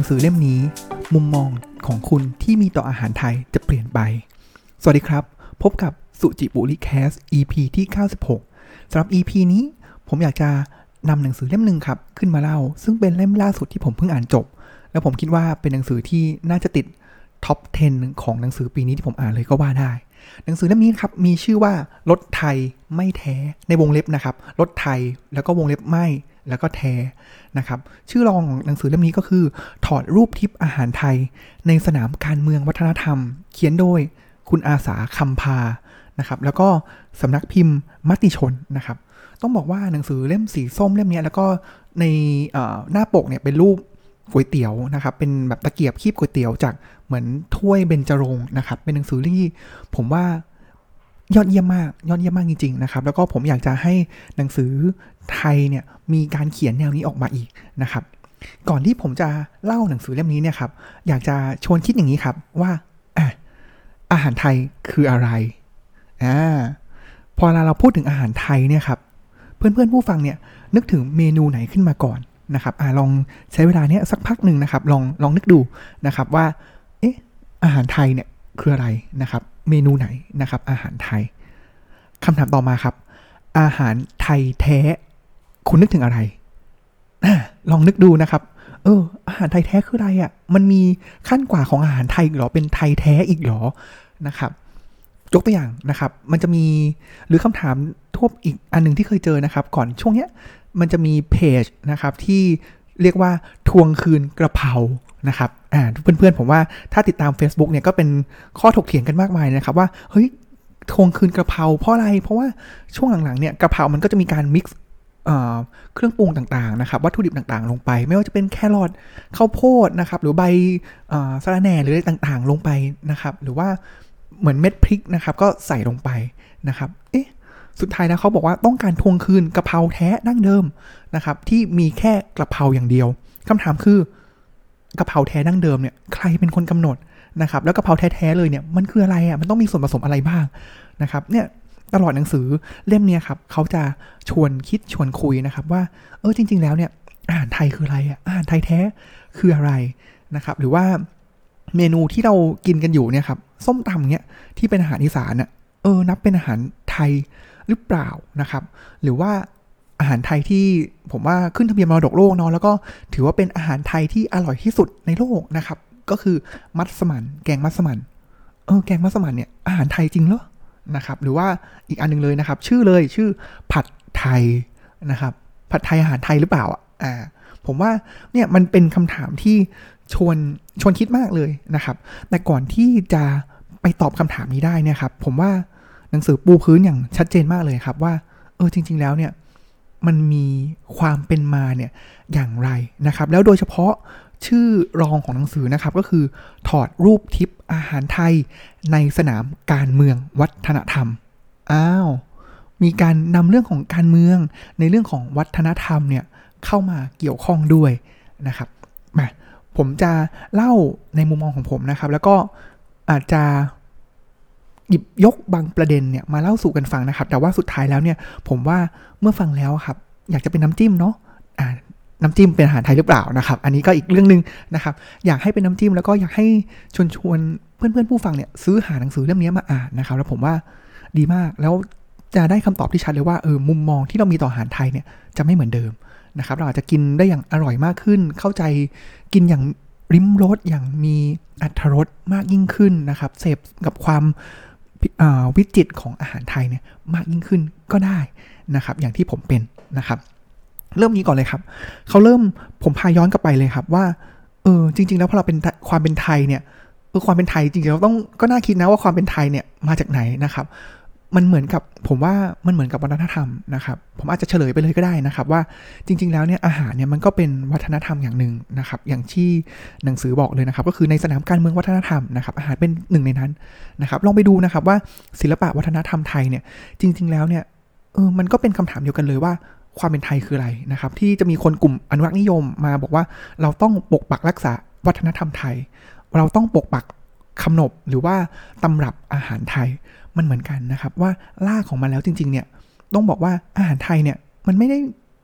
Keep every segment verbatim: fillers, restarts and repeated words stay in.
งสือเล่มนี้มุมมองของคุณที่มีต่ออาหารไทยจะเปลี่ยนไปสวัสดีครับพบกับสุจิบุริแคส อี พี ที่เก้าสิบหกสำหรับ อี พี นี้ผมอยากจะนำหนังสือเล่มหนึ่งครับขึ้นมาเล่าซึ่งเป็นเล่มล่าสุดที่ผมเพิ่งอ่านจบแล้วผมคิดว่าเป็นหนังสือที่น่าจะติดท็อปสิบของหนังสือปีนี้ที่ผมอ่านเลยก็ว่าได้หนังสือเล่มนี้ครับมีชื่อว่ารสไทยไม่แท้ในวงเล็บนะครับรสไทยแล้วก็วงเล็บไม่แล้วก็แท้นะครับชื่อรองของหนังสือเล่มนี้ก็คือถอดรูปทิพย์อาหารไทยในสนามการเมืองวัฒนธรรมเขียนโดยคุณอาสาคำพานะครับแล้วก็สำนักพิมพ์มติชนนะครับต้องบอกว่าหนังสือเล่มสีส้มเล่มนี้แล้วก็ในหน้าปกเนี่ยเป็นรูปก๋วยเตี๋ยวนะครับเป็นแบบตะเกียบคีบก๋วยเตี๋ยวจากเหมือนถ้วยเบญจรงค์นะครับเป็นหนังสือที่ผมว่ายอดเยี่ยมมากยอดเยี่ยมมากจริงๆนะครับแล้วก็ผมอยากจะให้หนังสือไทยเนี่ยมีการเขียนแนวนี้ออกมาอีกนะครับก่อนที่ผมจะเล่าหนังสือเล่มนี้เนี่ยครับอยากจะชวนคิดอย่างนี้ครับว่าอ่ะอาหารไทยคืออะไรอ่าพอเราพูดถึงอาหารไทยเนี่ยครับเพื่อนๆผู้ฟังเนี่ยนึกถึงเมนูไหนขึ้นมาก่อนนะครับอ่าลองใช้เวลาเนี้ยสักพักหนึ่งนะครับลองลองนึกดูนะครับว่าเอ๊ะอาหารไทยเนี่ยคืออะไรนะครับเมนูไหนนะครับอาหารไทยคำถามต่อมาครับอาหารไทยแท้คุณนึกถึงอะไรลองนึกดูนะครับเอออาหารไทยแท้คืออะไรอ่ะมันมีขั้นกว่าของอาหารไทยอีกเหรอเป็นไทยแท้อีกเหรอนะครับยกตัวอย่างนะครับมันจะมีหรือคำถามทั่วอีกอันนึงที่เคยเจอนะครับก่อนช่วงเนี้ยมันจะมีเพจนะครับที่เรียกว่าทวงคืนกระเพรานะครับอ่าเพื่อนๆผมว่าถ้าติดตาม Facebook เนี่ยก็เป็นข้อถกเถียงกันมากมายนะครับว่าเฮ้ยทวงคืนกระเพราเพราะอะไรเพราะว่าช่วงหลังๆเนี่ยกระเพรามันก็จะมีการมิกซ์เครื่องปรุงต่างๆนะครับวัตถุดิบต่างๆลงไปไม่ว่าจะเป็นแครอทข้าวโพดนะครับหรือใบสะระแหน่หรืออะไรต่างๆลงไปนะครับหรือว่าเหมือนเม็ดพริกนะครับก็ใส่ลงไปนะครับเอ๊ะสุดท้ายแล้วเขาบอกว่าต้องการทวงคืนกะเพราแท้ดั้งเดิมนะครับที่มีแค่กะเพราอย่างเดียวคำถามคือกะเพราแท้ดั้งเดิมเนี่ยใครเป็นคนกำหนดนะครับแล้วกะเพราแท้ๆเลยเนี่ยมันคืออะไรอ่ะมันต้องมีส่วนผสมอะไรบ้างนะครับเนี่ยตลอดหนังสือเล่มนี้ครับเขาจะชวนคิดชวนคุยนะครับว่าเออจริงๆแล้วเนี่ยอาหารไทยคืออะไรอ่ะอาหารไทยแท้คืออะไรนะครับหรือว่าเมนูที่เรากินกันอยู่เนี่ยครับส้มตำเนี่ยที่เป็นอาหารอีสานอ่ะเออนับเป็นอาหารไทยหรือเปล่านะครับหรือว่าอาหารไทยที่ผมว่าขึ้นทะเบียนมรดกโลกเนาะแล้วก็ถือว่าเป็นอาหารไทยที่อร่อยที่สุดในโลกนะครับก็คือมัสมั่นแกงมัสมั่นเออแกงมัสมั่นเนี่ยอาหารไทยจริงเหรอนะครับหรือว่าอีกอันนึงเลยนะครับชื่อเลยชื่อผัดไทยนะครับผัดไทยอาหารไทยหรือเปล่าอ่าผมว่าเนี่ยมันเป็นคำถามที่ชวนชวนคิดมากเลยนะครับแต่ก่อนที่จะไปตอบคำถามนี้ได้เนี่ยครับผมว่าหนังสือปูพื้นอย่างชัดเจนมากเลยครับว่าเออจริงๆแล้วเนี่ยมันมีความเป็นมาเนี่ยอย่างไรนะครับแล้วโดยเฉพาะชื่อรองของหนังสือนะครับก็คือถอดรูปทิพย์อาหารไทยในสนามการเมืองวัฒนธรรมอ้าวมีการนำเรื่องของการเมืองในเรื่องของวัฒนธรรมเนี่ยเข้ามาเกี่ยวข้องด้วยนะครับมาผมจะเล่าในมุมมองของผมนะครับแล้วก็อาจจะหยิบยกบางประเด็นเนี่ยมาเล่าสู่กันฟังนะครับแต่ว่าสุดท้ายแล้วเนี่ยผมว่าเมื่อฟังแล้วครับอยากจะเป็นน้ำจิ้มเนาะอ่าน้ำจิ้มเป็นอาหารไทยหรือเปล่านะครับอันนี้ก็อีกเรื่องนึงนะครับอยากให้เป็นน้ำจิ้มแล้วก็อยากให้ชวนชวนเพื่อนๆผู้ฟังเนี่ยซื้อหาหนังสือเล่มนี้มาอ่านนะครับแล้วผมว่าดีมากแล้วจะได้คำตอบที่ชัดเลยว่าเออมุมมองที่เรามีต่ออาหารไทยเนี่ยจะไม่เหมือนเดิมนะครับเราอาจจะกินได้อย่างอร่อยมากขึ้นเข้าใจกินอย่างริมรสอย่างมีอรรถรสมากยิ่งขึ้นนะครับเสพกับความวิจิตรของอาหารไทยเนี่ยมากยิ่งขึ้นก็ได้นะครับอย่างที่ผมเป็นนะครับเริ่มนี้ก่อนเลยครับเขาเริ่มผมพาย้อนกลับไปเลยครับว่าเออจริงๆแล้วพอเราเป็นความเป็นไทยเนี่ยเออความเป็นไทยจริงๆเราต้องก็น่าคิดนะว่าความเป็นไทยเนี่ยมาจากไหนนะครับมันเหมือนกับผมว่ามันเหมือนกับวัฒนธรรมนะครับผมอาจจะเฉลยไปเลยก็ได้นะครับว่าจริงๆแล้วเนี่ยอาหารเนี่ยมันก็เป็นวัฒนธรรมอย่างหนึ่งนะครับอย่างที่หนังสือบอกเลยนะครับก็คือในสนามการเมืองวัฒนธรรมนะครับอาหารเป็นหนึ่งในนั้นนะครับลองไปดูนะครับว่าศิลปะวัฒนธรรมไทยเนี่ยจริงๆแล้วเนี่ยเออมันก็เป็นคำถามเดียวกันเลยว่าความเป็นไทยคืออะไรนะครับที่จะมีคนกลุ่มอนุรักษ์นิยมมาบอกว่าเราต้องปกปักรักษาวัฒนธรรมไทยเราต้องปกปักขนบหรือว่าตำรับอาหารไทยมันเหมือนกันนะครับว่าล่าของมันแล้วจริงๆเนี่ยต้องบอกว่าอาหารไทยเนี่ยมันไม่ได้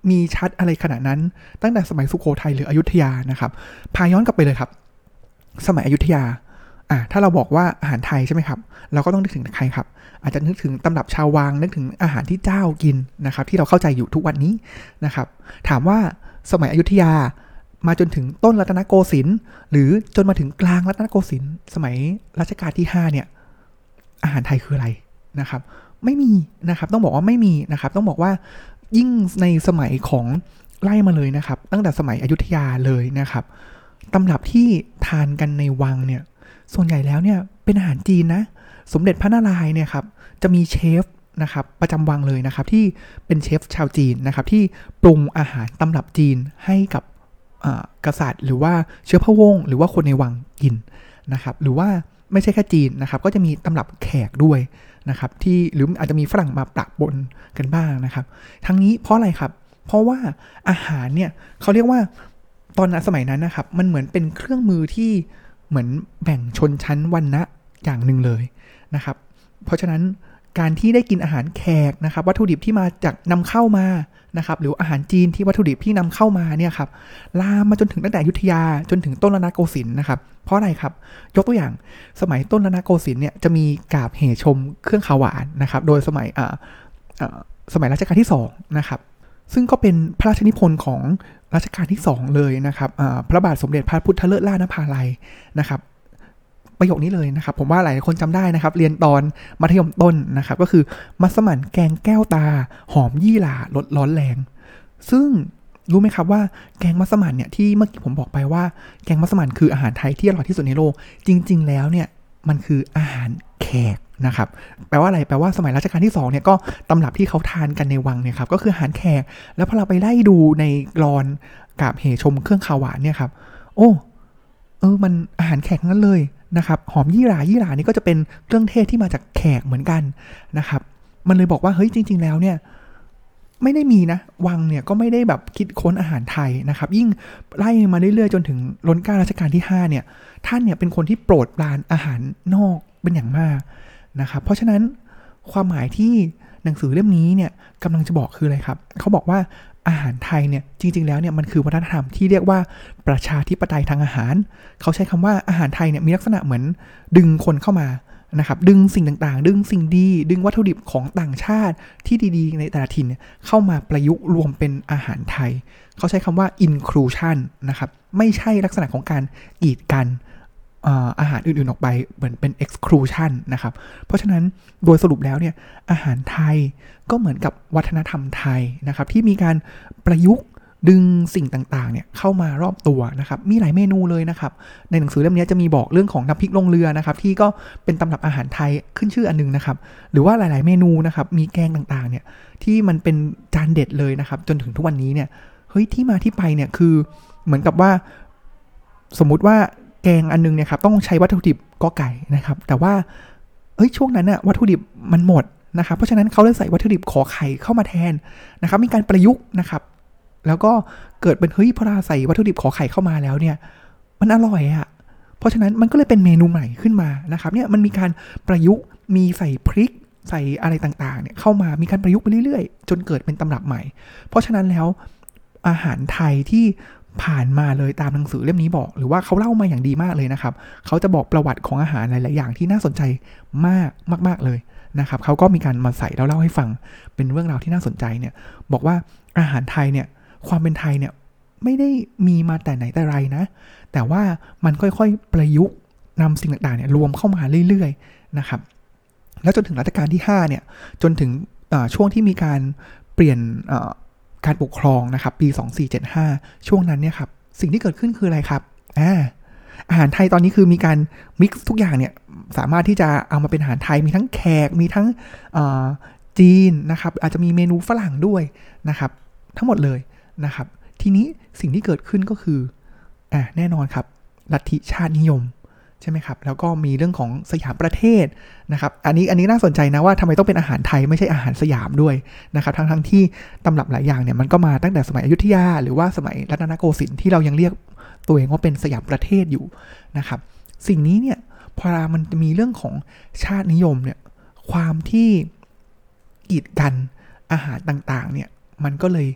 มีชัดอะไรขนาดนั้นตั้งแต่สมัยสุโขทัยหรืออยุธยานะครับพาย้อนกลับไปเลยครับสมัยอยุธยาอ่ะถ้าเราบอกว่าอาหารไทยใช่ไหมครับเราก็ต้องนึกถึงใครครับอาจจะนึกถึงตำรับชาววังนึกถึงอาหารที่เจ้ากินนะครับที่เราเข้าใจอยู่ทุกวันนี้นะครับถามว่าสมัยอยุธยามาจนถึงต้นรัตนโกสินทร์หรือจนมาถึงกลางรัตนโกสินทร์สมัยรัชกาลที่ห้าเนี่ยอาหารไทยคืออะไรนะครับไม่มีนะครับต้องบอกว่าไม่มีนะครับต้องบอกว่ายิ่งในสมัยของไล่มาเลยนะครับตั้งแต่สมัยอยุธยาเลยนะครับตำรับที่ทานกันในวังเนี่ยส่วนใหญ่แล้วเนี่ยเป็นอาหารจีนนะสมเด็จพระนารายณ์เนี่ยครับจะมีเชฟนะครับประจำวังเลยนะครับที่เป็นเชฟชาวจีนนะครับที่ปรุงอาหารตำรับจีนให้กับกษัตริย์หรือว่าเชื้อพระวงศ์หรือว่าคนในวังกินนะครับหรือว่าไม่ใช่แค่จีนนะครับก็จะมีตำรับแขกด้วยนะครับที่หรืออาจจะมีฝรั่งมาปะปนกันบ้างนะครับทั้งนี้เพราะอะไรครับเพราะว่าอาหารเนี่ยเขาเรียกว่าตอนนั้นสมัยนั้นนะครับมันเหมือนเป็นเครื่องมือที่เหมือนแบ่งชนชั้นวรรณะอย่างหนึ่งเลยนะครับเพราะฉะนั้นการที่ได้กินอาหารแขกนะครับวัตถุดิบที่มาจากนำเข้ามานะครับหรืออาหารจีนที่วัตถุดิบที่นำเข้ามาเนี่ยครับลามมาจนถึงตั้งแต่อยุธยาจนถึงต้นรัตนโกสินทร์นะครับเพราะอะไรครับยกตัวอย่างสมัยต้นรัตนโกสินทร์เนี่ยจะมีกาบเหชมเครื่องขาวหวานนะครับโดยสมัยอ่าสมัยรัชกาลที่สองนะครับซึ่งก็เป็นพระราชนิพนธ์ของรัชกาลที่สองเลยนะครับพระบาทสมเด็จพระพุทธเลิศล่านภาลัยนะครับประโยคนี้เลยนะครับผมว่าหลายคนจำได้นะครับเรียนตอนมัธยมต้นนะครับก็คือมัสมั่นแกงแก้วตาหอมยี่หร่าลดร้อนแรงซึ่งรู้ไหมครับว่าแกงมัสมั่นเนี่ยที่เมื่อกี้ผมบอกไปว่าแกงมัสมั่นคืออาหารไทยที่อร่อยที่สุดในโลกจริงๆแล้วเนี่ยมันคืออาหารแขกนะครับแปลว่าอะไรแปลว่าสมัยรัชกาลที่สองเนี่ยก็ตำรับที่เขาทานกันในวังเนี่ยครับก็คืออาหารแขกแล้วพอเราไปไล่ดูในกลอนกาบเหชมเครื่องขาวหวานเนี่ยครับโอ้เออมันอาหารแขกนั้นเลยนะครับหอมยี่หร่ายี่หร่านี่ก็จะเป็นเครื่องเทศที่มาจากแขกเหมือนกันนะครับมันเลยบอกว่าเฮ้ยจริงๆแล้วเนี่ยไม่ได้มีนะวังเนี่ยก็ไม่ได้แบบคิดค้นอาหารไทยนะครับยิ่งไล่มาเรื่อยๆจนถึงรัชกาลรัชกาลที่ห้าเนี่ยท่านเนี่ยเป็นคนที่โปรดปรานอาหารนอกเป็นอย่างมากนะครับเพราะฉะนั้นความหมายที่หนังสือเล่มนี้เนี่ยกำลังจะบอกคืออะไรครับเขาบอกว่าอาหารไทยเนี่ยจริงๆแล้วเนี่ยมันคือวัฒนธรรมที่เรียกว่าประชาธิปไตยทางอาหารเขาใช้คำว่าอาหารไทยเนี่ยมีลักษณะเหมือนดึงคนเข้ามานะครับดึงสิ่งต่างๆดึงสิ่งดีดึงวัตถุดิบของต่างชาติที่ดีๆในแต่ละถิ่นเนี่ยเข้ามาประยุกต์รวมเป็นอาหารไทยเขาใช้คำว่า inclusion นะครับไม่ใช่ลักษณะของการกีดกันอาหารอื่นๆออกไปเหมือนเป็น exclusion นะครับเพราะฉะนั้นโดยสรุปแล้วเนี่ยอาหารไทยก็เหมือนกับวัฒนธรรมไทยนะครับที่มีการประยุกต์ดึงสิ่งต่างๆเนี่ยเข้ามารอบตัวนะครับมีหลายเมนูเลยนะครับในหนังสือเล่มนี้จะมีบอกเรื่องของน้ำพริกลงเรือนะครับที่ก็เป็นตำรับอาหารไทยขึ้นชื่ออันนึงนะครับหรือว่าหลายๆเมนูนะครับมีแกงต่างๆเนี่ยที่มันเป็นจานเด็ดเลยนะครับจนถึงทุกวันนี้เนี่ยเฮ้ยที่มาที่ไปเนี่ยคือเหมือนกับว่าสมมุติว่าแกงอันนึงเนี่ยครับต้องใช้วัตถุดิบกอไก่นะครับแต่ว่าเอ้ยช่วงนั้นน่ะวัตถุดิบมันหมดนะครับเพราะฉะนั้นเขาเลยใส่วัตถุดิบขอไข่เข้ามาแทนนะครับมีการประยุกต์นะครับแล้วก็เกิดเป็นเฮ้ยพอเราใส่วัตถุดิบขอไข่เข้ามาแล้วเนี่ยมันอร่อยอ่ะเพราะฉะนั้นมันก็เลยเป็นเมนูใหม่ขึ้นมานะครับเนี่ยมันมีการประยุกต์มีใส่พริกใส่อะไรต่างๆเนี่ยเข้ามามีการประยุกต์ไปเรื่อยๆจนเกิดเป็นตำรับใหม่เพราะฉะนั้นแล้วอาหารไทยที่ผ่านมาเลยตามหนังสือเล่มนี้บอกหรือว่าเขาเล่ามาอย่างดีมากเลยนะครับเขาจะบอกประวัติของอาหารหลายๆอย่างที่น่าสนใจมากมากๆเลยนะครับเขาก็มีการมาใส่แล้วเล่าให้ฟังเป็นเรื่องราวที่น่าสนใจเนี่ยบอกว่าอาหารไทยเนี่ยความเป็นไทยเนี่ยไม่ได้มีมาแต่ไหนแต่ไรนะแต่ว่ามันค่อยๆประยุกต์นำสิ่งต่างๆเนี่ยรวมเข้ามาเรื่อยๆนะครับแล้วจนถึงรัชกาลที่ห้าเนี่ยจนถึงช่วงที่มีการเปลี่ยนการปกครองนะครับปีสองพันสี่ร้อยเจ็ดสิบห้าช่วงนั้นเนี่ยครับสิ่งที่เกิดขึ้นคืออะไรครับอ่าอาหารไทยตอนนี้คือมีการมิกซ์ทุกอย่างเนี่ยสามารถที่จะเอามาเป็นอาหารไทยมีทั้งแขกมีทั้งจีนนะครับอาจจะมีเมนูฝรั่งด้วยนะครับทั้งหมดเลยนะครับทีนี้สิ่งที่เกิดขึ้นก็คืออ่าแน่นอนครับลัทธิชาตินิยมใช่ไหมครับแล้วก็มีเรื่องของสยามประเทศนะครับอันนี้อันนี้น่าสนใจนะว่าทำไมต้องเป็นอาหารไทยไม่ใช่อาหารสยามด้วยนะครับทั้งทั้งที่ตำรับหลายอย่างเนี่ยมันก็มาตั้งแต่สมัยอยุธยาหรือว่าสมัยรัตนโกสินทร์ที่เรายังเรียกตัวเองว่าเป็นสยามประเทศอยู่นะครับสิ่งนี้เนี่ยพอมันมีเรื่องของชาตินิยมเนี่ยความที่กีดกันอาหารต่างๆเนี่ยมันก็เลย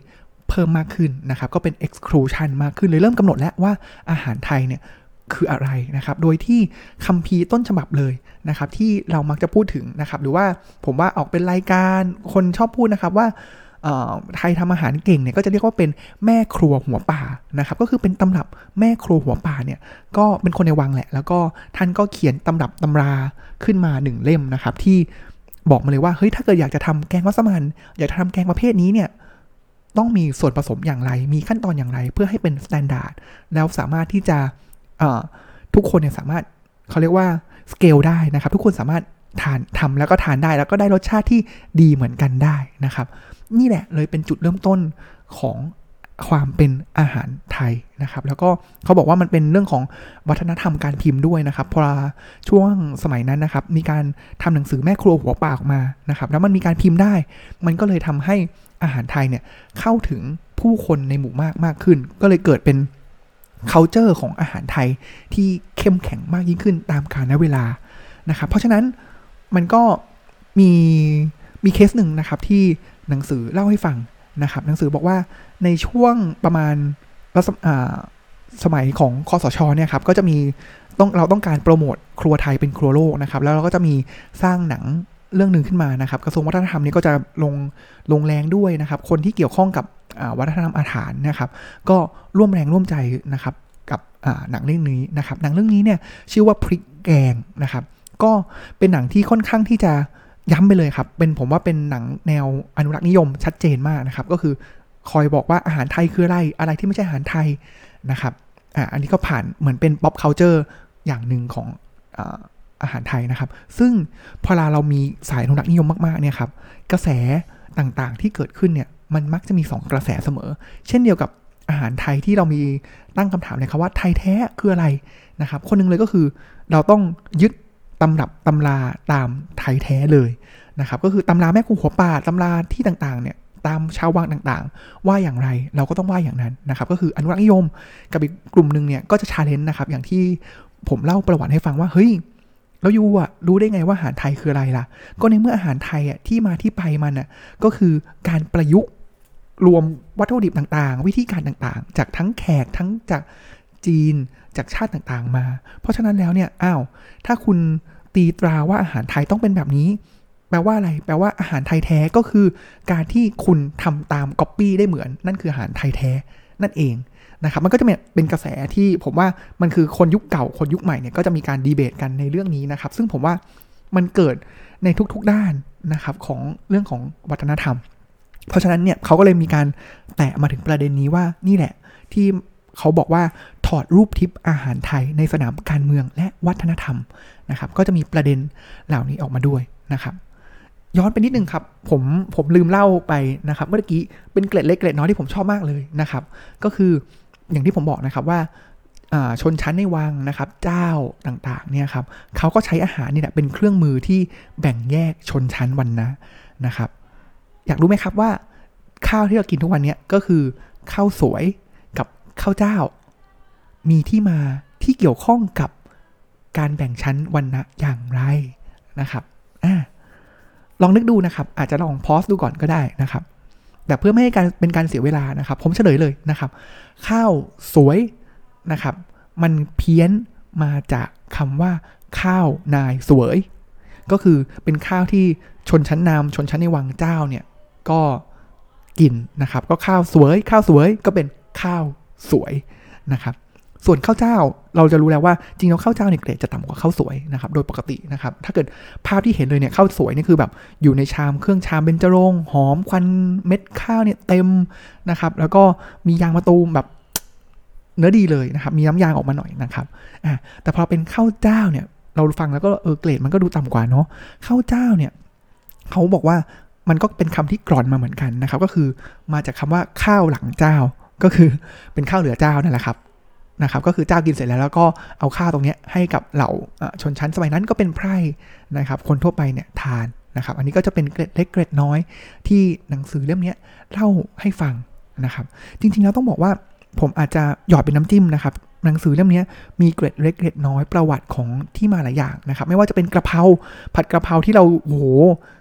เพิ่มมากขึ้นนะครับก็เป็น exclusion มากขึ้นเลยเริ่มกำหนดแล้วว่าอาหารไทยเนี่ยคืออะไรนะครับโดยที่คัมภีร์ต้นฉบับเลยนะครับที่เรามักจะพูดถึงนะครับหรือว่าผมว่าออกเป็นรายการคนชอบพูดนะครับว่าไทยทำอาหารเก่งเนี่ยก็จะเรียกว่าเป็นแม่ครัวหัวป่านะครับก็คือเป็นตำรับแม่ครัวหัวป่าเนี่ยก็เป็นคนในวังแหละแล้วก็ท่านก็เขียนตำรับตำราขึ้นมาหนึ่งเล่มนะครับที่บอกมาเลยว่าเฮ้ยถ้าเกิดอยากจะทำแกงมัสมั่นอยากจะทำแกงประเภทนี้เนี่ยต้องมีส่วนผสมอย่างไรมีขั้นตอนอย่างไรเพื่อให้เป็นมาตรฐานแล้วสามารถที่จะทุกคนเนี่ยสามารถเขาเรียกว่าสเกลได้นะครับทุกคนสามารถทานทำแล้วก็ทานได้แล้วก็ได้รสชาติที่ดีเหมือนกันได้นะครับนี่แหละเลยเป็นจุดเริ่มต้นของความเป็นอาหารไทยนะครับแล้วก็เขาบอกว่ามันเป็นเรื่องของวัฒนธรรมการพิมพ์ด้วยนะครับพอช่วงสมัยนั้นนะครับมีการทำหนังสือแม่ครัวหัวป่าออกมานะครับแล้วมันมีการพิมพ์ได้มันก็เลยทำให้อาหารไทยเนี่ยเข้าถึงผู้คนในหมู่มากมากขึ้นก็เลยเกิดเป็น culture ของอาหารไทยที่เข้มแข็งมากยิ่งขึ้นตามกาลเวลานะครับเพราะฉะนั้นมันก็มีมีเคสหนึ่งนะครับที่หนังสือเล่าให้ฟังนะครับหนังสือบอกว่าในช่วงประมาณสมัยของคสช.เนี่ยครับก็จะมีต้องเราต้องการโปรโมทครัวไทยเป็นครัวโลกนะครับแล้วเราก็จะมีสร้างหนังเรื่องหนึ่งขึ้นมานะครับกระทรวงวัฒนธรรมนี่ก็จะลงลงแรงด้วยนะครับคนที่เกี่ยวข้องกับวัฒนธรรมอาหารนะครับก็ร่วมแรงร่วมใจนะครับกับหนังเรื่องนี้นะครับหนังเรื่องนี้เนี่ยชื่อว่าพริกแกงนะครับก็เป็นหนังที่ค่อนข้างที่จะย้ำไปเลยครับเป็นผมว่าเป็นหนังแนวอนุรักษ์นิยมชัดเจนมากนะครับก็คือคอยบอกว่าอาหารไทยคืออะไรอะไรที่ไม่ใช่อาหารไทยนะครับอ่าอันนี้ก็ผ่านเหมือนเป็น pop culture อย่างหนึ่งของอ่าอาหารไทยนะครับซึ่งพอเรามีสายอนุรักษ์นิยมมากๆเนี่ยครับกระแสต่างๆที่เกิดขึ้นเนี่ยมันมักจะมีสองกระแสเสมอเช่นเดียวกับอาหารไทยที่เรามีตั้งคำถามเลยครับว่าไทยแท้คืออะไรนะครับคนนึงเลยก็คือเราต้องยึดตำรับตำราตามไทยแท้เลยนะครับก็คือตำราแม่ครัวหัวป่าตำราที่ต่างๆเนี่ยตามชาววังต่างๆว่าอย่างไรเราก็ต้องว่าอย่างนั้นนะครับก็คืออนุรักษ์นิยมกับอีกกลุ่มนึงเนี่ยก็จะชาเลนจ์นะครับอย่างที่ผมเล่าประวัติให้ฟังว่าเฮ้ยแล้วยูอ่ะรู้ได้ไงว่าอาหารไทยคืออะไรล่ะก็ในเมื่ออาหารไทยอ่ะที่มาที่ไปมันอ่ะก็คือการประยุกต์รวมวัตถุดิบต่างๆวิธีการต่างๆจากทั้งแขกทั้งจากจีนจากชาติต่างๆมาเพราะฉะนั้นแล้วเนี่ยอ้าวถ้าคุณตีตราว่าอาหารไทยต้องเป็นแบบนี้แปลว่าอะไรแปลว่าอาหารไทยแท้ก็คือการที่คุณทำตามก๊อปปี้ได้เหมือนนั่นคืออาหารไทยแท้นั่นเองนะครับมันก็จะเป็นกระแสที่ผมว่ามันคือคนยุคเก่าคนยุคใหม่เนี่ยก็จะมีการดีเบตกันในเรื่องนี้นะครับซึ่งผมว่ามันเกิดในทุกๆด้านนะครับของเรื่องของวัฒนธรรมเพราะฉะนั้นเนี่ยเขาก็เลยมีการแตะมาถึงประเด็นนี้ว่านี่แหละที่เขาบอกว่าถอดรูปทิพย์อาหารไทยในสนามการเมืองและวัฒนธรรมนะครับก็จะมีประเด็นเหล่านี้ออกมาด้วยนะครับย้อนไปนิดนึงครับผมผมลืมเล่าไปนะครับเมื่อกี้เป็นเกร็ดเล็กเกร็ดน้อยที่ผมชอบมากเลยนะครับก็คืออย่างที่ผมบอกนะครับว่าชนชั้นในวังนะครับเจ้าต่างๆเนี่ยครับเขาก็ใช้อาหารนี่แหละเป็นเครื่องมือที่แบ่งแยกชนชั้นวรรณะนะครับอยากรู้ไหมครับว่าข้าวที่เรากินทุกวันนี้ก็คือข้าวสวยกับข้าวเจ้ามีที่มาที่เกี่ยวข้องกับการแบ่งชั้นวรรณะอย่างไรนะครับอ่าลองนึกดูนะครับอาจจะลองพอสดูก่อนก็ได้นะครับแต่เพื่อไม่ให้การเป็นการเสียเวลานะครับผมเฉลยเลยนะครับข้าวสวยนะครับมันเพี้ยนมาจากคำว่าข้าวนายสวยก็คือเป็นข้าวที่ชนชั้นนำชนชั้นในวังเจ้าเนี่ยก็กินนะครับก็ข้าวสวยข้าวสวยก็เป็นข้าวสวยนะครับส่วนข้าวเจ้าเราจะรู้แล้วว่าจริงแล้วข้าวเจ้าเนี่ยเกรดจะต่ำกว่าข้าวสวยนะครับโดยปกตินะครับถ้าเกิดภาพที่เห็นเลยเนี่ยข้าวสวยนี่คือแบบอยู่ในชามเครื่องชามเบญจรงค์หอมควันเม็ดข้าวเนี่ยเต็มนะครับแล้วก็มียางมะตูมแบบเนื้อดีเลยนะครับมีน้ำยางออกมาหน่อยนะครับอ่ะแต่พอเป็นข้าวเจ้าเนี่ยเราฟังแล้วก็เออเกรดมันก็ดูต่ำกว่าเนาะข้าวเจ้าเนี่ยเขาบอกว่ามันก็เป็นคำที่กร่อนมาเหมือนกันนะครับก็คือมาจากคำว่าข้าวหลังเจ้าก็คือเป็นข้าวเหลือเจ้านั่นแหละครับนะครับก็คือเจ้ากินเสร็จแล้วแล้วก็เอาข้าวตรงนี้ให้กับเหล่าชนชั้นสมัยนั้นก็เป็นไพร่นะครับคนทั่วไปเนี่ยทานนะครับอันนี้ก็จะเป็นเกร็ดเล็กเกร็ดน้อยที่หนังสือเล่มนี้เล่าให้ฟังนะครับจริงๆแล้วต้องบอกว่าผมอาจจะหยอดเป็นน้ำจิ้มนะครับหนังสือเล่มนี้มีเกร็ดเล็กเกร็ดน้อยประวัติของที่มาหลายอย่างนะครับไม่ว่าจะเป็นกระเพราผัดกระเพราที่เราโอ้โห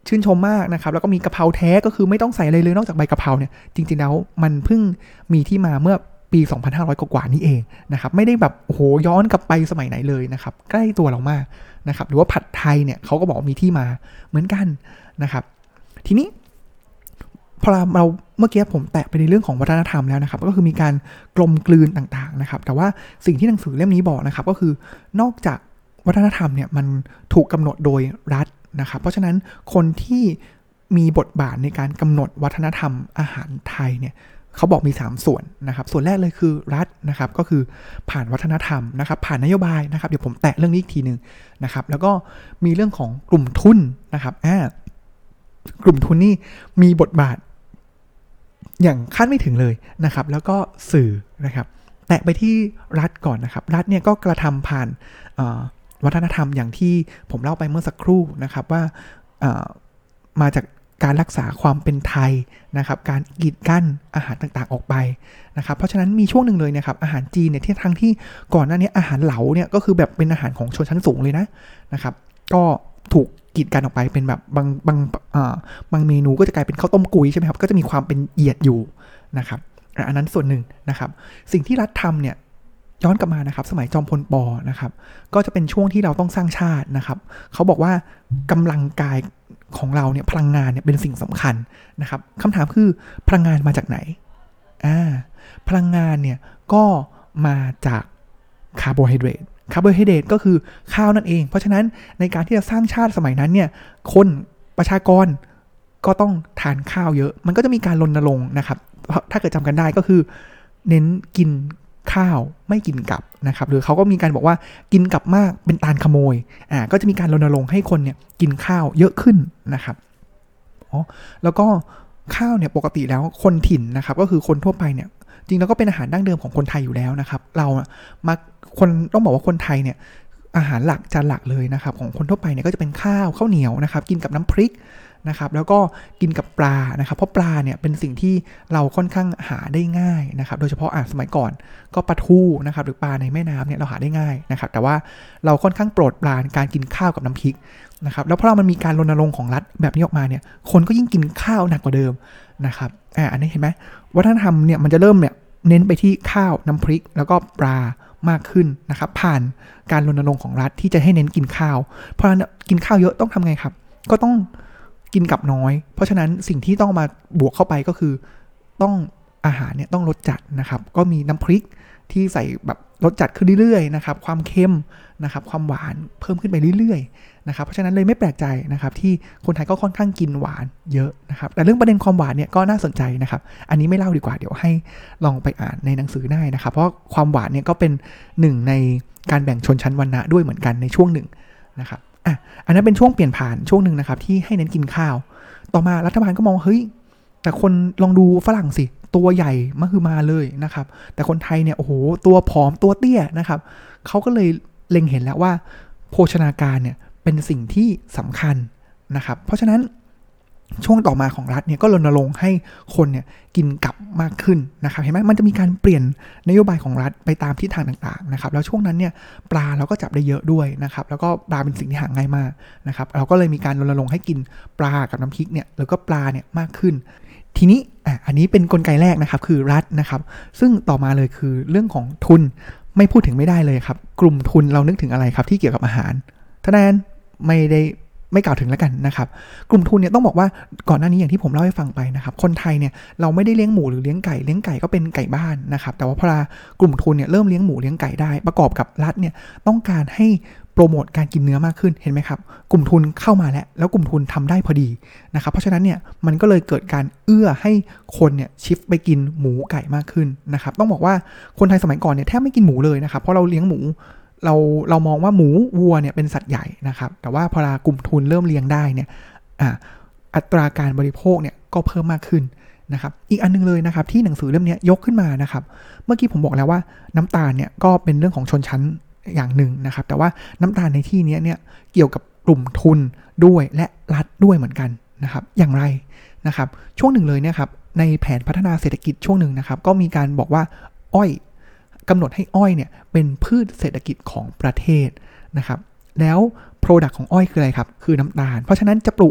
ชื่นชมมากนะครับแล้วก็มีกะเพราแท้ก็คือไม่ต้องใส่อะไรเลยนอกจากใบกะเพราเนี่ยจริงๆแล้วมันเพิ่งมีที่มาเมื่อปีสองพันห้าร้อยกว่าๆนี่เองนะครับไม่ได้แบบโอ้โหย้อนกลับไปสมัยไหนเลยนะครับใกล้ตัวเรามากนะครับหรือว่าผัดไทยเนี่ยเขาก็บอกมีที่มาเหมือนกันนะครับทีนี้พอเราเมื่อกี้ผมแตะไปในเรื่องของวัฒนธรรมแล้วนะครับก็คือมีการกลมกลืนต่างๆนะครับแต่ว่าสิ่งที่หนังสือเล่มนี้บอกนะครับก็คือนอกจากวัฒนธรรมเนี่ยมันถูกกำหนดโดยรัฐนะครับเพราะฉะนั้นคนที่มีบทบาทในการกำหนดวัฒนธรรมอาหารไทยเนี่ยเขาบอกมีสามส่วนนะครับส่วนแรกเลยคือรัฐนะครับก็คือผ่านวัฒนธรรมนะครับผ่านนโยบายนะครับเดี๋ยวผมแตะเรื่องนี้อีกทีนึงนะครับแล้วก็มีเรื่องของกลุ่มทุนนะครับอ่ากลุ่มทุนนี่มีบทบาทอย่างคาดไม่ถึงเลยนะครับแล้วก็สื่อนะครับแตะไปที่รัฐก่อนนะครับรัฐเนี่ยก็กระทำผ่านวัฒนธรรมอย่างที่ผมเล่าไปเมื่อสักครู่นะครับว่ามาจากการรักษาความเป็นไทยนะครับการกีดกั้นอาหารต่างๆออกไปนะครับเพราะฉะนั้นมีช่วงหนึ่งเลยนะครับอาหารจีนเนี่ยที่ทั้งที่ก่อนหน้านี้อาหารเหลาเนี่ยก็คือแบบเป็นอาหารของชนชั้นสูงเลยนะนะครับก็ถูกกีดกันออกไปเป็นแบบบางบางบางเมนูก็จะกลายเป็นข้าวต้มกุยใช่ไหมครับก็จะมีความเป็นเอียดอยู่นะครับอันนั้นส่วนหนึ่งนะครับสิ่งที่รัฐทำเนี่ยย้อนกลับมานะครับสมัยจอมพลป.นะครับก็จะเป็นช่วงที่เราต้องสร้างชาตินะครับเขาบอกว่ากำลังกายของเราเนี่ยพลังงานเนี่ยเป็นสิ่งสำคัญนะครับคำถามคือพลังงานมาจากไหนอ่าพลังงานเนี่ยก็มาจากคาร์โบไฮเดรตคาร์โบไฮเดรตก็คือข้าวนั่นเองเพราะฉะนั้นในการที่จะสร้างชาติสมัยนั้นเนี่ยคนประชากรก็ต้องทานข้าวเยอะมันก็จะมีการรณรงค์นะครับถ้าเกิดจำกันได้ก็คือเน้นกินข้าวไม่กินกับนะครับหรือเขาก็มีการบอกว่ากินกับมากเป็นตาลขโมยอ่าก็จะมีการรณรงค์ให้คนเนี่ยกินข้าวเยอะขึ้นนะครับอ๋อแล้วก็ข้าวเนี่ยปกติแล้วคนถิ่นนะครับก็คือคนทั่วไปเนี่ยจริงแล้วก็เป็นอาหารดั้งเดิมของคนไทยอยู่แล้วนะครับเรามาคนต้องบอกว่าคนไทยเนี่ยอาหารหลักจานหลักเลยนะครับของคนทั่วไปเนี่ยก็จะเป็นข้าวข้าวเหนียวนะครับกินกับน้ำพริกนะครับแล้วก็กินกับปลานะครับเพราะปลาเนี่ยเป็นสิ่งที่เราค่อนข้างหาได้ง่ายนะครับโดยเฉพาะอ่ะสมัยก่อนก็ปลาทูนะครับหรือปลาในแม่น้ำเนี่ยเราหาได้ง่ายนะครับแต่ว่าเราค่อนข้างโปรดปรานการกินข้าวกับน้ำพริกนะครับแล้วเพราะมันมีการรณรงค์ของรัฐแบบนี้ออกมาเนี่ยคนก็ยิ่งกินข้าวหนักกว่าเดิมนะครับอ่าอันนี้เห็นไหมวัฒนธรรมเนี่ยมันจะเริ่มเนี่ยเน้นไปที่ข้าวน้ำพริกแล้วก็ปลามากขึ้นนะครับผ่านการรณรงค์ของรัฐที่จะให้เน้นกินข้าวเพราะฉะนั้นกินข้าวเยอะต้องทำไงครับก็ต้องกินกับน้อยเพราะฉะนั้นสิ่งที่ต้องมาบวกเข้าไปก็คือต้องอาหารเนี่ยต้องลดจัดนะครับก็มีน้ำพริกที่ใส่แบบลดจัดขึ้นเรื่อยๆนะครับความเค็มนะครับความหวานเพิ่มขึ้นไปเรื่อยๆนะครับเพราะฉะนั้นเลยไม่แปลกใจนะครับที่คนไทยก็ค่อนข้างกินหวานเยอะนะครับแต่เรื่องประเด็นความหวานเนี่ยก็น่าสนใจนะครับอันนี้ไม่เล่าดีกว่าเดี๋ยวให้ลองไปอ่านในหนังสือได้นะครับเพราะความหวานเนี่ยก็เป็นหนึ่งในการแบ่งชนชั้นวรรณะด้วยเหมือนกันในช่วงหนึ่งนะครับอ่ะอันนั้นเป็นช่วงเปลี่ยนผ่านช่วงหนึ่งนะครับที่ให้เน้นกินข้าวต่อมารัฐบาลก็มองเฮ้ยแต่คนลองดูฝรั่งสิตัวใหญ่มหึมาเลยนะครับแต่คนไทยเนี่ยโอ้โหตัวผอมตัวเตี้ยนะครับเขาก็เลยเล็งเห็นแล้วว่าโภชนาการเนี่ยเป็นสิ่งที่สำคัญนะครับเพราะฉะนั้นช่วงต่อมาของรัฐเนี่ยก็รณรงค์ให้คนเนี่ยกินกับมากขึ้นนะครับเห็นไหมมันจะมีการเปลี่ยนนโยบายของรัฐไปตามทิศทางต่างๆนะครับแล้วช่วงนั้นเนี่ยปลาเราก็จับได้เยอะด้วยนะครับแล้วก็ปลาเป็นสิ่งที่หาง่ายมากนะครับเราก็เลยมีการรณรงค์ให้กินปลากับน้ำพริกเนี่ยแล้วก็ปลาเนี่ยมากขึ้นทีนี้อ่ะอันนี้เป็นกลไกแรกนะครับคือรัฐนะครับซึ่งต่อมาเลยคือเรื่องของทุนไม่พูดถึงไม่ได้เลยครับกลุ่มทุนเรานึกถึงอะไรครับที่เกี่ยวกับอาหารท่านั้นไม่ได้ไม่กล่าวถึงแล้วกันนะครับกลุ่มทุนเนี่ยต้องบอกว่าก่อนหน้านี้อย่างที่ผมเล่าให้ฟังไปนะครับคนไทยเนี่ยเราไม่ได้เลี้ยงหมูหรือเลี้ยงไก่เลี้ยงไก่ก็เป็นไก่บ้านนะครับแต่ว่าพอกลุ่มทุนเนี่ยเริ่มเลี้ยงหมูเลี้ยงไก่ได้ประกอบกับรัฐเนี่ยต้องการให้โปรโมทการกินเนื้อมากขึ้นเห็นไหมครับกลุ่มทุนเข้ามาแล้วแล้วกลุ่มทุนทำได้พอดีนะครับเพราะฉะนั้นเนี่ยมันก็เลยเกิดการเอื้อให้คนเนี่ยชิฟไปกินหมูไก่มากขึ้นนะครับต้องบอกว่าคนไทยสมัยก่อนเนี่ยแทบไม่กินหมูเลยนะครับเพราะเราเลี้ยงหมูเราเรามองว่าหมูวัวเนี่ยเป็นสัตว์ใหญ่นะครับแต่ว่าพอกลุ่มทุนเริ่มเลี้ยงได้เนี่ยอ่าอัตราการบริโภคเนี่ยก็เพิ่มมากขึ้นนะครับอีกอันนึงเลยนะครับที่หนังสือเล่มนี้ยกขึ้นมานะครับเมื่อกี้ผมบอกแล้วว่าน้ำตาลเนี่ยก็เป็นเรื่องของชนชั้นอย่างหนึ่งนะครับแต่ว่าน้ำตาลในที่นี้เนี่ยเกี่ยวกับกลุ่มทุนด้วยและรัฐด้วยเหมือนกันนะครับอย่างไรนะครับช่วงหนึ่งเลยเนี่ยครับในแผนพัฒนาเศรษฐกิจช่วงหนึ่งนะครับก็มีการบอกว่าอ้อยกำหนดให้อ้อยเนี่ยเป็นพืชเศรษฐกิจของประเทศนะครับแล้ว product ของอ้อยคืออะไรครับคือน้ำตาลเพราะฉะนั้นจะปลูก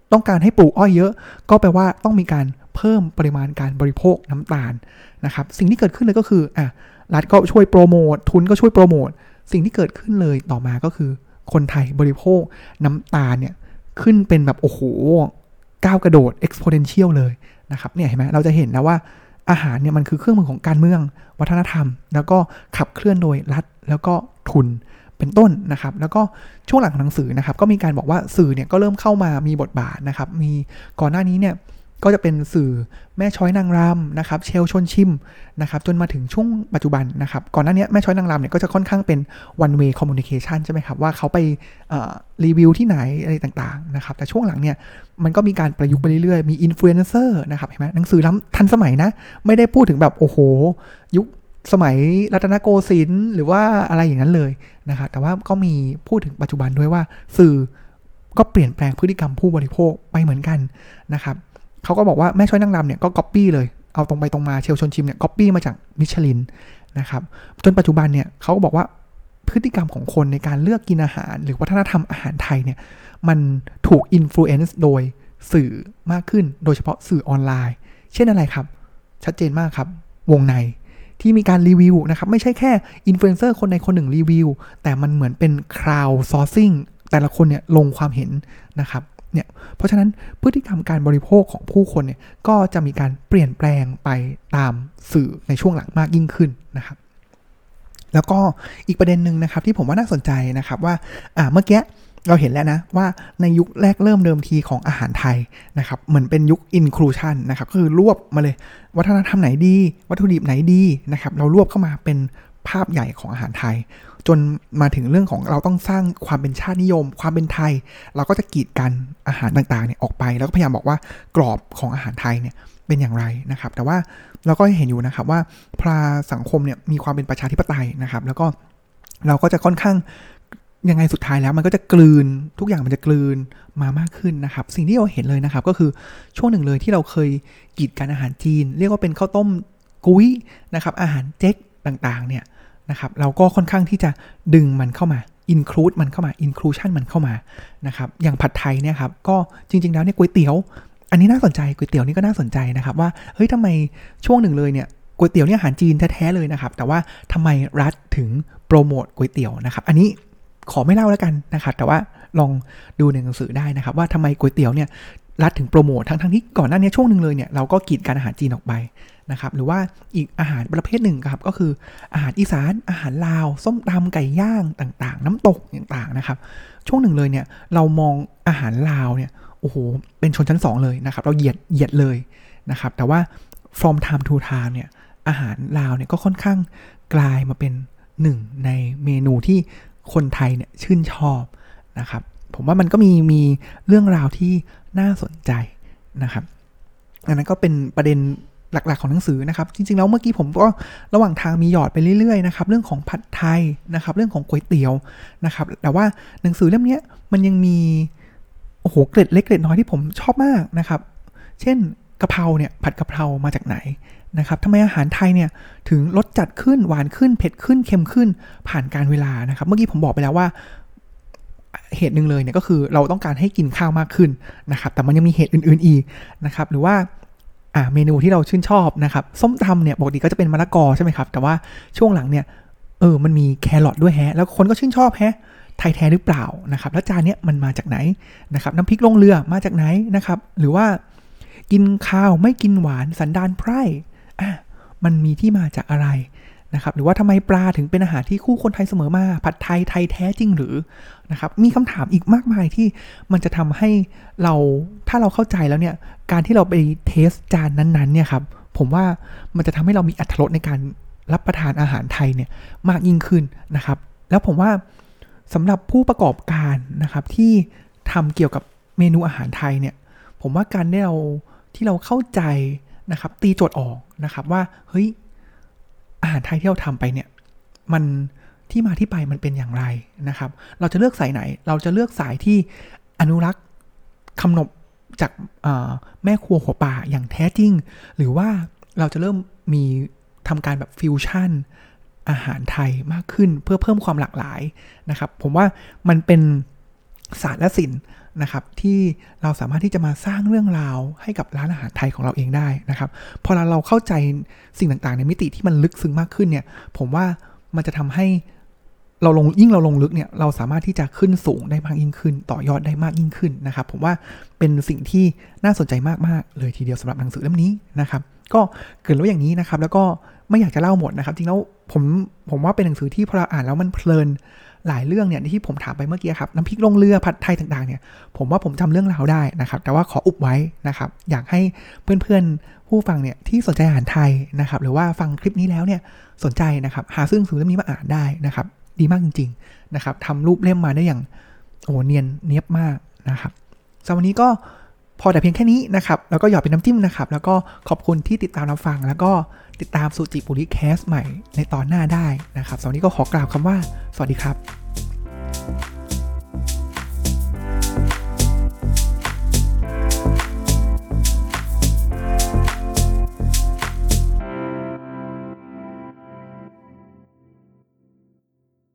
ต้องการให้ปลูกอ้อยเยอะก็แปลว่าต้องมีการเพิ่มปริมาณการบริโภคน้ำตาลนะครับสิ่งที่เกิดขึ้นเลยก็คืออ่ะรัฐก็ช่วยโปรโมททุนก็ช่วยโปรโมทสิ่งที่เกิดขึ้นเลยต่อมาก็คือคนไทยบริโภคน้ำตาลเนี่ยขึ้นเป็นแบบโอ้โหก้าวกระโดด exponential เลยนะครับเนี่ยเห็นไหมเราจะเห็นนะว่าอาหารเนี่ยมันคือเครื่องมือของการเมืองวัฒนธรรมแล้วก็ขับเคลื่อนโดยรัฐแล้วก็ทุนเป็นต้นนะครับแล้วก็ช่วงหลังของหนังสือนะครับก็มีการบอกว่าสื่อเนี่ยก็เริ่มเข้ามามีบทบาทนะครับมีก่อนหน้านี้เนี่ยก็จะเป็นสื่อแม่ช้อยนางรำนะครับเชลชนชิมนะครับจนมาถึงช่วงปัจจุบันนะครับก่อนหน้านี้แม่ช้อยนางรำเนี่ยก็จะค่อนข้างเป็น one way communication ใช่ไหมครับว่าเขาไปรีวิวที่ไหนอะไรต่างๆนะครับแต่ช่วงหลังเนี่ยมันก็มีการประยุกต์ไปเรื่อยๆมีอินฟลูเอนเซอร์นะครับเห็นไหมหนังสือล้ำทันสมัยนะไม่ได้พูดถึงแบบโอ้โหยุคสมัยรัตนโกสินทร์หรือว่าอะไรอย่างนั้นเลยนะครับแต่ว่าก็มีพูดถึงปัจจุบันด้วยว่าสื่อก็เปลี่ยนแปลงพฤติกรรมผู้บริโภคไปเหมือนกันนะครับเขาก็บอกว่าแม่ช้อยนางรำเนี่ยก็ก๊อปปี้เลยเอาตรงไปตรงมาเชลชนชิมเนี่ยก๊อปปี้มาจากมิชลินนะครับจนปัจจุบันเนี่ยเขาก็บอกว่าพฤติกรรมของคนในการเลือกกินอาหารหรือวัฒนธรรมอาหารไทยเนี่ยมันถูกอินฟลูเอนซ์โดยสื่อมากขึ้นโดยเฉพาะสื่อออนไลน์เช่นอะไรครับชัดเจนมากครับวงในที่มีการรีวิวนะครับไม่ใช่แค่อินฟลูเอนเซอร์คนใดคนหนึ่งรีวิวแต่มันเหมือนเป็น crowd sourcing แต่ละคนเนี่ยลงความเห็นนะครับเนี่ยเพราะฉะนั้นพฤติกรรมการบริโภคของผู้คนเนี่ยก็จะมีการเปลี่ยนแปลงไปตามสื่อในช่วงหลังมากยิ่งขึ้นนะครับแล้วก็อีกประเด็นหนึ่งนะครับที่ผมว่าน่าสนใจนะครับว่าอ่าเมื่อกี้เราเห็นแล้วนะว่าในยุคแรกเริ่มเดิมทีของอาหารไทยนะครับเหมือนเป็นยุค inclusion นะครับก็คือรวบมาเลยวัฒนธรรมไหนดีวัตถุดิบไหนดีนะครับเรารวบเข้ามาเป็นภาพใหญ่ของอาหารไทยจนมาถึงเรื่องของเราต้องสร้างความเป็นชาตินิยมความเป็นไทยเราก็จะกีดกันอาหารต่างๆเนี่ยออกไปแล้วก็พยายามบอกว่ากรอบของอาหารไทยเนี่ยเป็นอย่างไรนะครับแต่ว่าเราก็เห็นอยู่นะครับว่าพอสังคมเนี่ยมีความเป็นประชาธิปไตยนะครับแล้วก็เราก็จะค่อนข้างยังไงสุดท้ายแล้วมันก็จะกลืนทุกอย่างมันจะกลืนมามากขึ้นนะครับสิ่งที่เราเห็นเลยนะครับก็คือช่วงหนึ่งเลยที่เราเคยกีดกันอาหารจีนเรียกว่าเป็นข้าวต้มกุ้ยนะครับอาหารเจ๊กต่างๆเนี่ยนะครับเราก็ค่อนข้างที่จะดึงมันเข้ามา include มันเข้ามา inclusion มันเข้ามานะครับอย่างผัดไทยเนี่ยครับก็จริงๆแล้วเนี่ยก๋วยเตี๋ยวอันนี้น่าสนใจก๋วยเตี๋ยวนี่ก็น่าสนใจนะครับว่าเฮ้ยทำไมช่วงหนึ่งเลยเนี่ยก๋วยเตี๋ยวเนี่ยอาหารจีนแท้ๆเลยนะครับแต่ว่าทำไมรัฐถึงโปรโมทก๋วยเตี๋ยวนะครับอันนี้ขอไม่เล่าแล้วกันนะครับแต่ว่าลองดูในหนังสือได้นะครับว่าทำไมก๋วยเตี๋ยวเนี่ยรัฐถึงโปรโมททั้งๆที่ก่อนหน้านี้ช่วงหนึ่งเลยเนี่ยเราก็กีดกันอาหารจีนออกไปนะครับหรือว่าอีกอาหารประเภทหนึ่งครับก็คืออาหารอีสานอาหารลาวส้มตำไก่ย่างต่างๆน้ำตกต่างๆนะครับช่วงหนึ่งเลยเนี่ยเรามองอาหารลาวเนี่ยโอ้โหเป็นชนชั้นสองเลยนะครับเราเหยียดเหยียดเลยนะครับแต่ว่า from time to time เนี่ยอาหารลาวเนี่ยก็ค่อนข้างกลายมาเป็นหนึ่งในเมนูที่คนไทยเนี่ยชื่นชอบนะครับผมว่ามันก็มีมีเรื่องราวที่น่าสนใจนะครับอันนั้นก็เป็นประเด็นหลักๆของหนังสือนะครับจริงๆแล้วเมื่อกี้ผมก็ระหว่างทางมีหยอดไปเรื่อยๆนะครับเรื่องของผัดไทยนะครับเรื่องของก๋วยเตี๋ยวนะครับแต่ว่าหนังสือเล่มนี้มันยังมีโอ้โหเกร็ดเล็กเกร็ดน้อยที่ผมชอบมากนะครับเช่นกะเพราเนี่ยผัดกะเพรามาจากไหนนะครับทำไมอาหารไทยเนี่ยถึงรสจัดขึ้นหวานขึ้นเผ็ดขึ้นเค็มขึ้นผ่านการเวลานะครับเมื่อกี้ผมบอกไปแล้วว่าเหตุหนึ่งเลยเนี่ยก็คือเราต้องการให้กินข้าวมากขึ้นนะครับแต่มันยังมีเหตุอื่นๆอีกนะครับหรือว่าอ่าเมนูที่เราชื่นชอบนะครับส้มตำเนี่ยปกติก็จะเป็นมะละกอใช่ไหมครับแต่ว่าช่วงหลังเนี่ยเออมันมีแครอทด้วยแฮะแล้วคนก็ชื่นชอบแฮะไทยแท้หรือเปล่านะครับแล้วจานเนี้ยมันมาจากไหนนะครับน้ำพริกลงเรือมาจากไหนนะครับหรือว่ากินข้าวไม่กินหวานสันดานไพร่อ่ะมันมีที่มาจากอะไรนะครับหรือว่าทำไมปลาถึงเป็นอาหารที่คู่คนไทยเสมอมาผัดไทยไทยแท้จริงหรือนะครับมีคำถามอีกมากมายที่มันจะทำให้เราถ้าเราเข้าใจแล้วเนี่ยการที่เราไปเทสจานนั้นๆเนี่ยครับผมว่ามันจะทำให้เรามีอรรถรสในการรับประทานอาหารไทยเนี่ยมากยิ่งขึ้นนะครับแล้วผมว่าสำหรับผู้ประกอบการนะครับที่ทำเกี่ยวกับเมนูอาหารไทยเนี่ยผมว่าการที่เราที่เราเข้าใจนะครับตีโจทย์ออกนะครับว่าเฮ้ยอาหารไทยที่เราทำไปเนี่ยมันที่มาที่ไปมันเป็นอย่างไรนะครับเราจะเลือกสายไหนเราจะเลือกสายที่อนุรักษ์คำนบจากแม่ครัวหัวป่าอย่างแท้จริงหรือว่าเราจะเริ่มมีทำการแบบฟิวชั่นอาหารไทยมากขึ้นเพื่อเพิ่มความหลากหลายนะครับผมว่ามันเป็นศาสตร์และศิลป์นะครับที่เราสามารถที่จะมาสร้างเรื่องราวให้กับร้านอาหารไทยของเราเองได้นะครับพอเราเราเข้าใจสิ่งต่างๆในมิติที่มันลึกซึ้งมากขึ้นเนี่ยผมว่ามันจะทำให้เราลงยิ่งเราลงลึกเนี่ยเราสามารถที่จะขึ้นสูงได้มากยิ่งขึ้นต่อยอดได้มากยิ่งขึ้นนะครับผมว่าเป็นสิ่งที่น่าสนใจมากๆเลยทีเดียวสำหรับหนังสือเล่มนี้นะครับก็เกิดแล้วอย่างนี้นะครับแล้วก็ไม่อยากจะเล่าหมดนะครับจริงแล้วผมผมว่าเป็นหนังสือที่พอเราอ่านแล้วมันเพลินหลายเรื่องเนี่ยที่ผมถามไปเมื่อกี้ครับน้ำพริกลงเรือผัดไทยต่างๆเนี่ยผมว่าผมจำเรื่องราวได้นะครับแต่ว่าขออุบไว้นะครับอยากให้เพื่อนๆผู้ฟังเนี่ยที่สนใจอาหารไทยนะครับหรือว่าฟังคลิปนี้แล้วเนี่ยสนใจนะครับหาซื้อหนังสือเล่มนี้มาอ่านได้นะครับดีมากจริงๆนะครับทำรูปเล่มมาได้อย่างโอ้เนียนเนียบมากนะครับสำหรับวันนี้ก็พอแต่เพียงแค่นี้นะครับแล้วก็หยอดเป็นน้ำจิ้มนะครับแล้วก็ขอบคุณที่ติดตามรับฟังแล้วก็ติดตามสุจิบุริแคสใหม่ในตอนหน้าได้นะครับสำหรับวันนี้ก็ขอกล่าวคำว่าสวัสดีครับ